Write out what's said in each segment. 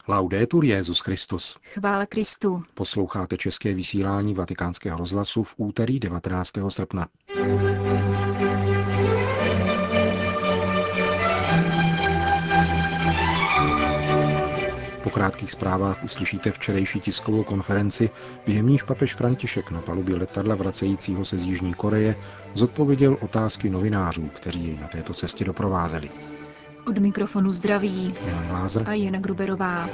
Laudetur Jesus Christus. Chvála Kristu. Posloucháte české vysílání Vatikánského rozhlasu v úterý 19. srpna. Po krátkých zprávách uslyšíte včerejší tiskovou konferenci, během níž papež František na palubě letadla vracejícího se z Jižní Koreje zodpověděl otázky novinářů, kteří jej na této cestě doprovázeli. Od mikrofonu zdraví Milan Glázer a Jana Gruberová.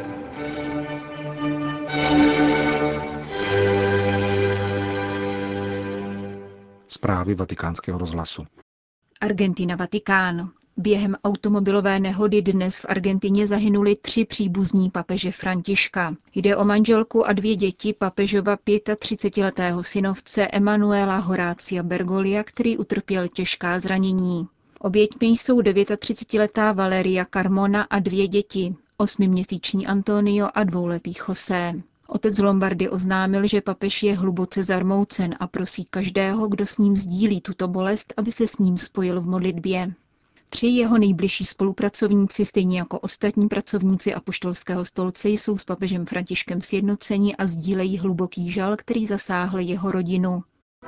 Zprávy Vatikánského rozhlasu. Argentina, Vatikán. Během automobilové nehody dnes v Argentině zahynuli 3 příbuzní papeže Františka. Jde o manželku a 2 děti papežova 35letého synovce Emanuela Horácia Bergolia, který utrpěl těžká zranění. Oběťmi jsou 39letá Valeria Carmona a 2 děti, 8měsíční Antonio a 2letý José. Otec Lombardy oznámil, že papež je hluboce zarmoucen a prosí každého, kdo s ním sdílí tuto bolest, aby se s ním spojil v modlitbě. 3 jeho nejbližší spolupracovníci, stejně jako ostatní pracovníci Apoštolského stolce, jsou s papežem Františkem sjednoceni a sdílejí hluboký žal, který zasáhl jeho rodinu.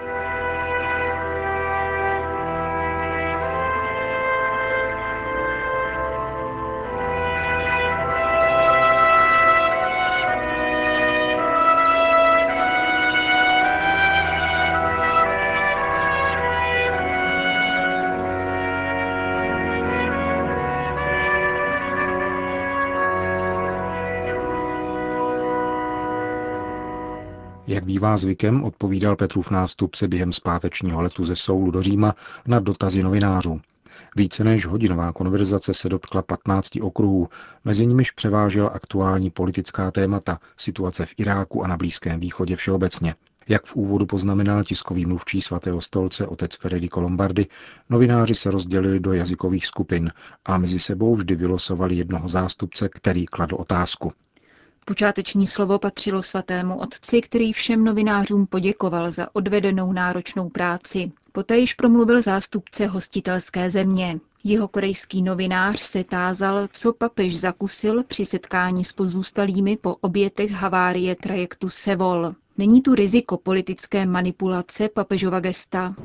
Jak bývá zvykem, odpovídal Petrův nástupce během zpátečního letu ze Soulu do Říma na dotazy novinářů. Více než hodinová konverzace se dotkla 15 okruhů, mezi nimiž převážela aktuální politická témata, situace v Iráku a na Blízkém východě všeobecně. Jak v úvodu poznamenal tiskový mluvčí Svatého stolce otec Federico Lombardi, novináři se rozdělili do jazykových skupin a mezi sebou vždy vylosovali jednoho zástupce, který kladl otázku. Počáteční slovo patřilo svatému otci, který všem novinářům poděkoval za odvedenou náročnou práci. Poté již promluvil zástupce hostitelské země. Jihokorejský novinář se tázal, co papež zakusil při setkání s pozůstalými po obětech havárie trajektu Sevol. Není tu riziko politické manipulace papežova gesta?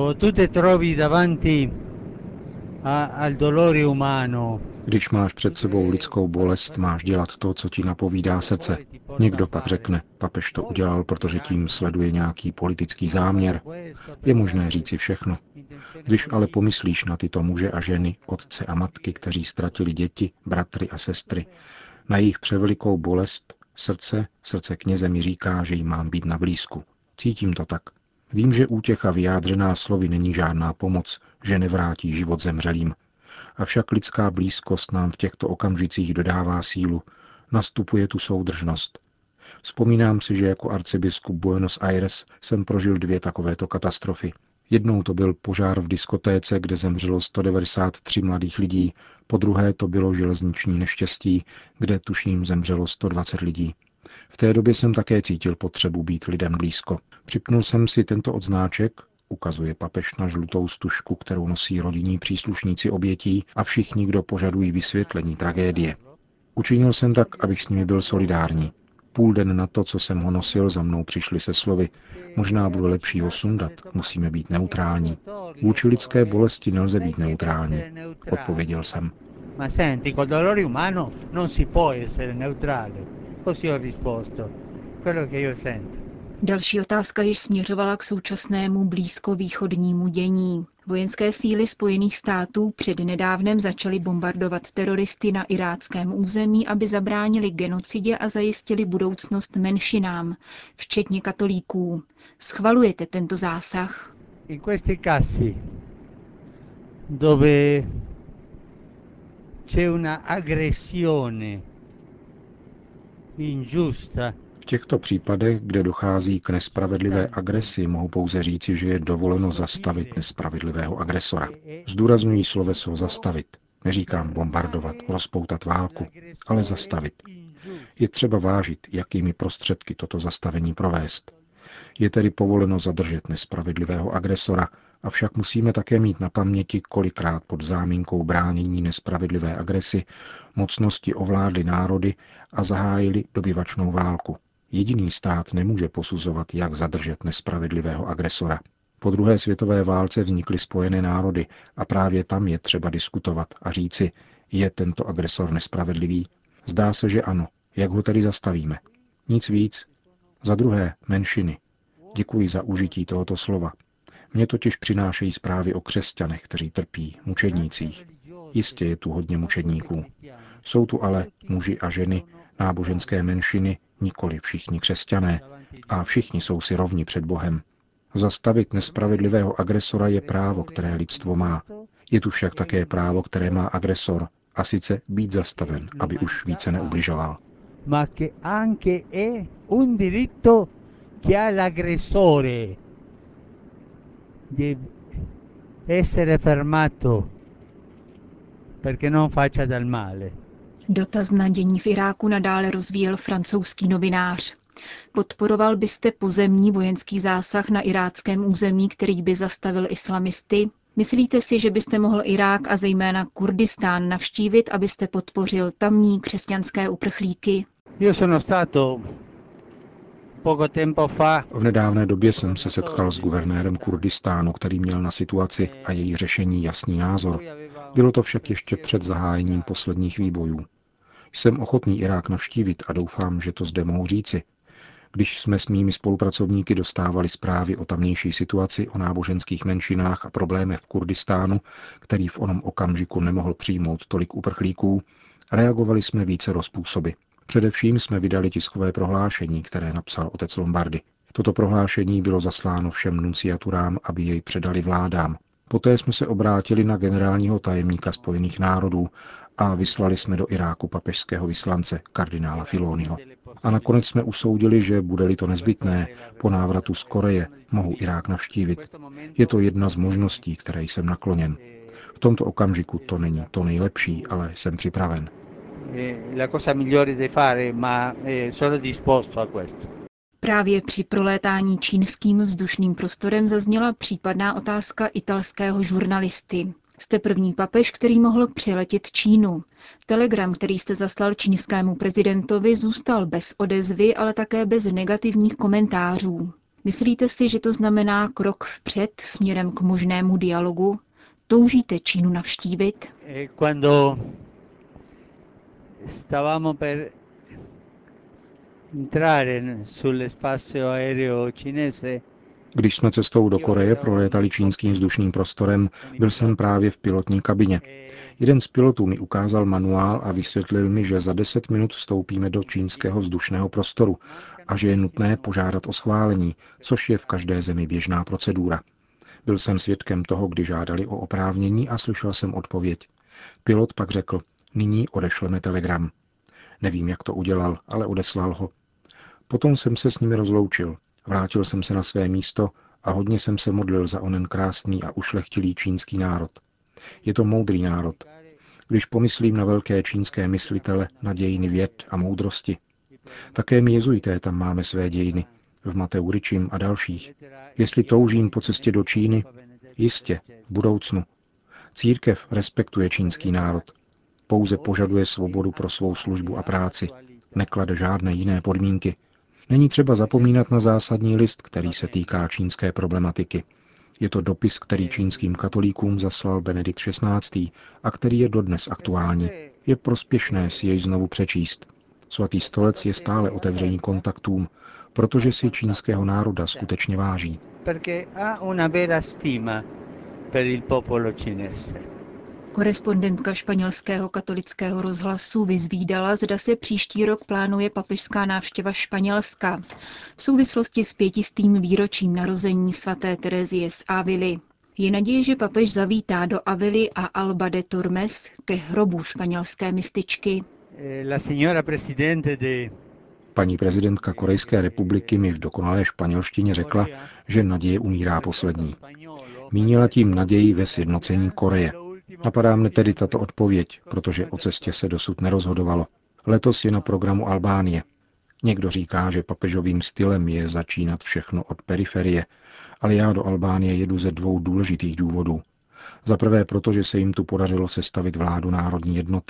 Když máš před sebou lidskou bolest, máš dělat to, co ti napovídá srdce. Někdo pak řekne, papež to udělal, protože tím sleduje nějaký politický záměr. Je možné říci všechno. Když ale pomyslíš na tyto muže a ženy, otce a matky, kteří ztratili děti, bratry a sestry, na jejich převelikou bolest, srdce kněze mi říká, že jim mám být na blízku. Cítím to tak. Vím, že útěcha vyjádřená slovy není žádná pomoc, že nevrátí život zemřelým. Avšak lidská blízkost nám v těchto okamžicích dodává sílu, nastupuje tu soudržnost. Vzpomínám si, že jako arcibiskup Buenos Aires jsem prožil 2 takovéto katastrofy. Jednou to byl požár v diskotéce, kde zemřelo 193 mladých lidí, po druhé to bylo železniční neštěstí, kde tuším zemřelo 120 lidí. V té době jsem také cítil potřebu být lidem blízko. Připnul jsem si tento odznáček, ukazuje papež na žlutou stužku, kterou nosí rodinní příslušníci obětí a všichni, kdo požadují vysvětlení tragédie. Učinil jsem tak, abych s nimi byl solidární. Půl den na to, co jsem ho nosil, za mnou přišli se slovy: možná bude lepší ho sundat, musíme být neutrální. Vůči lidské bolesti nelze být neutrální, odpověděl jsem. Další otázka již směřovala k současnému blízkovýchodnímu dění. Vojenské síly Spojených států přednedávnem začaly bombardovat teroristy na iráckém území, aby zabránili genocidě a zajistili budoucnost menšinám, včetně katolíků. Schvalujete tento zásah? In questi casi dove c'è una aggressione ingiusta. V těchto případech, kde dochází k nespravedlivé agresi, mohu pouze říci, že je dovoleno zastavit nespravedlivého agresora. Zdůrazňuji sloveso zastavit. Neříkám bombardovat, rozpoutat válku, ale zastavit. Je třeba vážit, jakými prostředky toto zastavení provést. Je tedy povoleno zadržet nespravedlivého agresora, avšak musíme také mít na paměti, kolikrát pod záminkou bránění nespravedlivé agresi Mocnosti ovládly národy a zahájili dobyvačnou válku. Jediný stát nemůže posuzovat, jak zadržet nespravedlivého agresora. Po druhé světové válce vznikly Spojené národy a právě tam je třeba diskutovat a říci, je tento agresor nespravedlivý? Zdá se, že ano. Jak ho tedy zastavíme? Nic víc. Za druhé, menšiny. Děkuji za užití tohoto slova. Mně totiž přinášejí zprávy o křesťanech, kteří trpí, mučednících. Jistě je tu hodně mučedníků. Jsou tu ale muži a ženy, náboženské menšiny, nikoli všichni křesťané. A všichni jsou si rovni před Bohem. Zastavit nespravedlivého agresora je právo, které lidstvo má. Je tu však také právo, které má agresor, a sice být zastaven, aby už více neubližoval. Ma che anche è un diritto che ha l'aggressore di essere fermato perché non faccia del male. Dotaz na dění v Iráku nadále rozvíjel francouzský novinář. Podporoval byste pozemní vojenský zásah na iráckém území, který by zastavil islamisty? Myslíte si, že byste mohl Irák a zejména Kurdistán navštívit, abyste podpořil tamní křesťanské uprchlíky? V nedávné době jsem se setkal s guvernérem Kurdistánu, který měl na situaci a její řešení jasný názor. Bylo to však ještě před zahájením posledních výbojů. Jsem ochotný Irák navštívit a doufám, že to zde mohu říci. Když jsme s mými spolupracovníky dostávali zprávy o tamnější situaci, o náboženských menšinách a problémech v Kurdistánu, který v onom okamžiku nemohl přijmout tolik uprchlíků, reagovali jsme vícero způsoby. Především jsme vydali tiskové prohlášení, které napsal otec Lombardy. Toto prohlášení bylo zasláno všem nunciaturám, aby jej předali vládám. Poté jsme se obrátili na generálního tajemníka Spojených národů a vyslali jsme do Iráku papežského vyslance, kardinála Filoniho. A nakonec jsme usoudili, že bude-li to nezbytné, po návratu z Koreje mohu Irák navštívit. Je to jedna z možností, které jsem nakloněn. V tomto okamžiku to není to nejlepší, ale jsem připraven. Právě při prolétání čínským vzdušným prostorem zazněla případná otázka italského žurnalisty. Jste první papež, který mohl přiletět Čínu. Telegram, který jste zaslal čínskému prezidentovi, zůstal bez odezvy, ale také bez negativních komentářů. Myslíte si, že to znamená krok vpřed směrem k možnému dialogu? Toužíte Čínu navštívit? Stavamo per entrare sull'spazio aereo cinese. Když jsme cestou do Koreje prolétali čínským vzdušným prostorem, byl jsem právě v pilotní kabině. Jeden z pilotů mi ukázal manuál a vysvětlil mi, že za 10 minut vstoupíme do čínského vzdušného prostoru a že je nutné požádat o schválení, což je v každé zemi běžná procedura. Byl jsem svědkem toho, kdy žádali o oprávnění a slyšel jsem odpověď. Pilot pak řekl, nyní odešleme telegram. Nevím, jak to udělal, ale odeslal ho. Potom jsem se s nimi rozloučil. Vrátil jsem se na své místo a hodně jsem se modlil za onen krásný a ušlechtilý čínský národ. Je to moudrý národ. Když pomyslím na velké čínské myslitele, na dějiny věd a moudrosti. Také my jezuité tam máme své dějiny, v Mateu Ričim a dalších. Jestli toužím po cestě do Číny, jistě, v budoucnu. Církev respektuje čínský národ. Pouze požaduje svobodu pro svou službu a práci. Neklade žádné jiné podmínky. Není třeba zapomínat na zásadní list, který se týká čínské problematiky. Je to dopis, který čínským katolíkům zaslal Benedikt XVI. A který je dodnes aktuální. Je prospěšné si jej znovu přečíst. Svatý stolec je stále otevřený kontaktům, protože si čínského národa skutečně váží. Korespondentka španělského katolického rozhlasu vyzvídala, zda se příští rok plánuje papežská návštěva Španělska v souvislosti s 500. výročím narození svaté Terezie z Avily. Je naděje, že papež zavítá do Avily a Alba de Tormes ke hrobu španělské mističky. Paní prezidentka Korejské republiky mi v dokonalé španělštině řekla, že naděje umírá poslední. Mínila tím naději ve sjednocení Koreje. Napadá mne tedy tato odpověď, protože o cestě se dosud nerozhodovalo. Letos je na programu Albánie. Někdo říká, že papežovým stylem je začínat všechno od periferie, ale já do Albánie jedu ze 2 důležitých důvodů. Za prvé proto, že se jim tu podařilo sestavit vládu národní jednoty.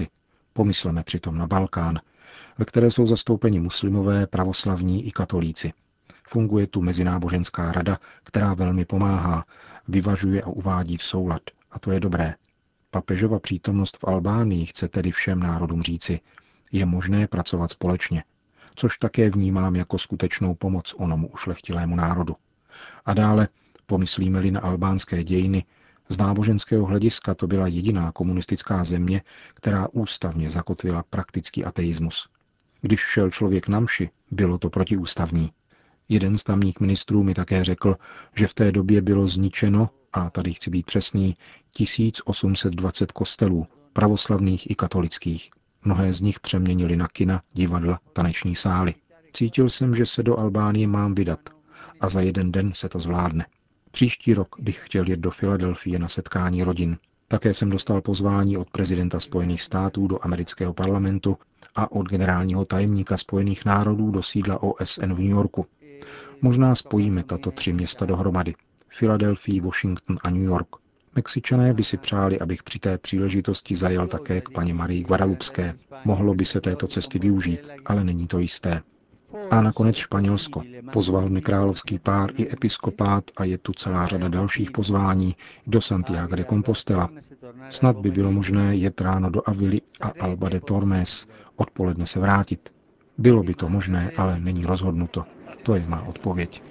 Pomysleme přitom na Balkán, ve které jsou zastoupeni muslimové, pravoslavní i katolíci. Funguje tu mezináboženská rada, která velmi pomáhá, vyvažuje a uvádí v soulad. A to je dobré. Papežova přítomnost v Albánii chce tedy všem národům říci, je možné pracovat společně, což také vnímám jako skutečnou pomoc onomu ušlechtilému národu. A dále, pomyslíme-li na albánské dějiny, z náboženského hlediska to byla jediná komunistická země, která ústavně zakotvila praktický ateismus. Když šel člověk na mši, bylo to protiústavní. Jeden z tamních ministrů mi také řekl, že v té době bylo zničeno, a tady chci být přesný, 1820 kostelů, pravoslavných i katolických. Mnohé z nich přeměnili na kina, divadla, taneční sály. Cítil jsem, že se do Albánie mám vydat a za jeden den se to zvládne. Příští rok bych chtěl jet do Filadelfie na setkání rodin. Také jsem dostal pozvání od prezidenta Spojených států do amerického parlamentu a od generálního tajemníka Spojených národů do sídla OSN v New Yorku. Možná spojíme tato 3 města dohromady. Filadelfii, Washington a New York. Mexičané by si přáli, abych při té příležitosti zajel také k paní Marii Guadalupské. Mohlo by se této cesty využít, ale není to jisté. A nakonec Španělsko. Pozval mi královský pár i episkopát a je tu celá řada dalších pozvání do Santiago de Compostela. Snad by bylo možné jet ráno do Avily a Alba de Tormes, odpoledne se vrátit. Bylo by to možné, ale není rozhodnuto. To je má odpověď.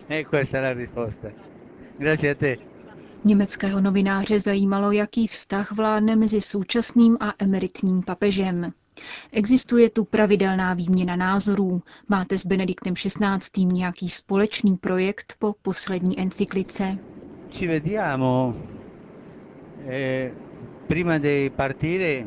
Německého novináře zajímalo, jaký vztah vládne mezi současným a emeritním papežem. Existuje tu pravidelná výměna názorů. Máte s Benediktem XVI. Nějaký společný projekt po poslední encyklice? Ci vediamo. Prima di partire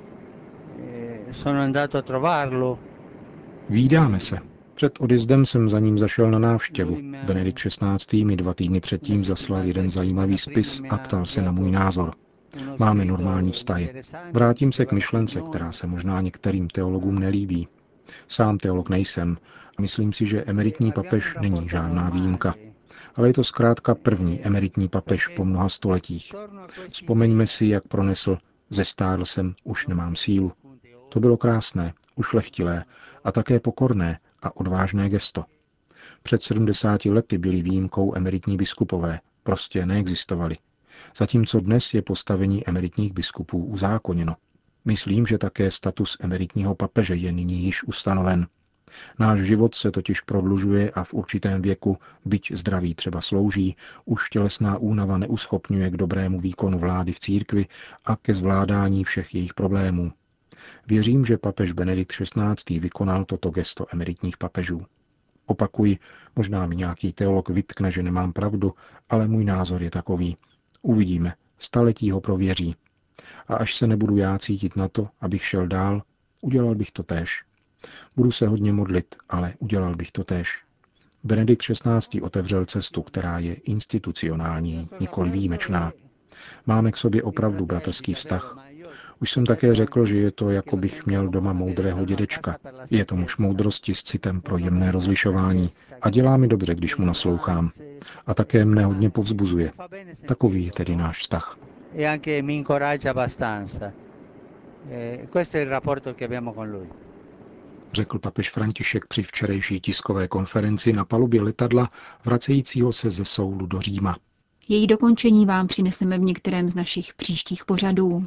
sono andato a trovarlo. Vídáme se. Před odjezdem jsem za ním zašel na návštěvu. Benedikt XVI. Mi 2 týdny předtím zaslal jeden zajímavý spis a ptal se na můj názor. Máme normální vztahy. Vrátím se k myšlence, která se možná některým teologům nelíbí. Sám teolog nejsem a myslím si, že emeritní papež není žádná výjimka. Ale je to zkrátka první emeritní papež po mnoha stoletích. Vzpomeňme si, jak pronesl: zestárl jsem, už nemám sílu. To bylo krásné, ušlechtilé a také pokorné a odvážné gesto. Před 70 lety byli výjimkou emeritní biskupové, prostě neexistovali. Zatímco dnes je postavení emeritních biskupů uzákoněno. Myslím, že také status emeritního papeže je nyní již ustanoven. Náš život se totiž prodlužuje a v určitém věku, byť zdraví třeba slouží, už tělesná únava neuschopňuje k dobrému výkonu vlády v církvi a ke zvládání všech jejich problémů. Věřím, že papež Benedikt XVI. Vykonal toto gesto emeritních papežů. Opakuji, možná mi nějaký teolog vytkne, že nemám pravdu, ale můj názor je takový. Uvidíme, staletí ho prověří. A až se nebudu já cítit na to, abych šel dál, udělal bych to též. Budu se hodně modlit, ale udělal bych to též. Benedikt XVI. Otevřel cestu, která je institucionální, nikoli výjimečná. Máme k sobě opravdu bratrský vztah. Už jsem také řekl, že je to, jako bych měl doma moudrého dědečka. Je to muž moudrosti s citem pro jemné rozlišování a dělá mi dobře, když mu naslouchám. A také mne hodně povzbuzuje. Takový je tedy náš vztah. Řekl papež František při včerejší tiskové konferenci na palubě letadla vracejícího se ze Soulu do Říma. Její dokončení vám přineseme v některém z našich příštích pořadů.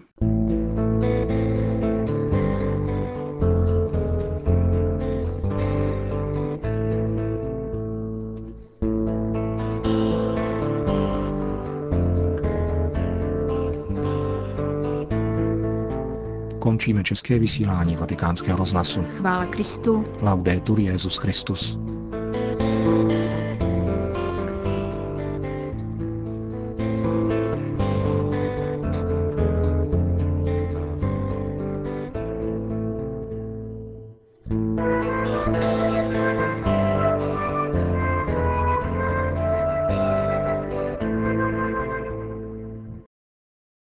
Končíme české vysílání Vatikánského rozhlasu. Chvála Kristu. Laudetur Jesus Christus.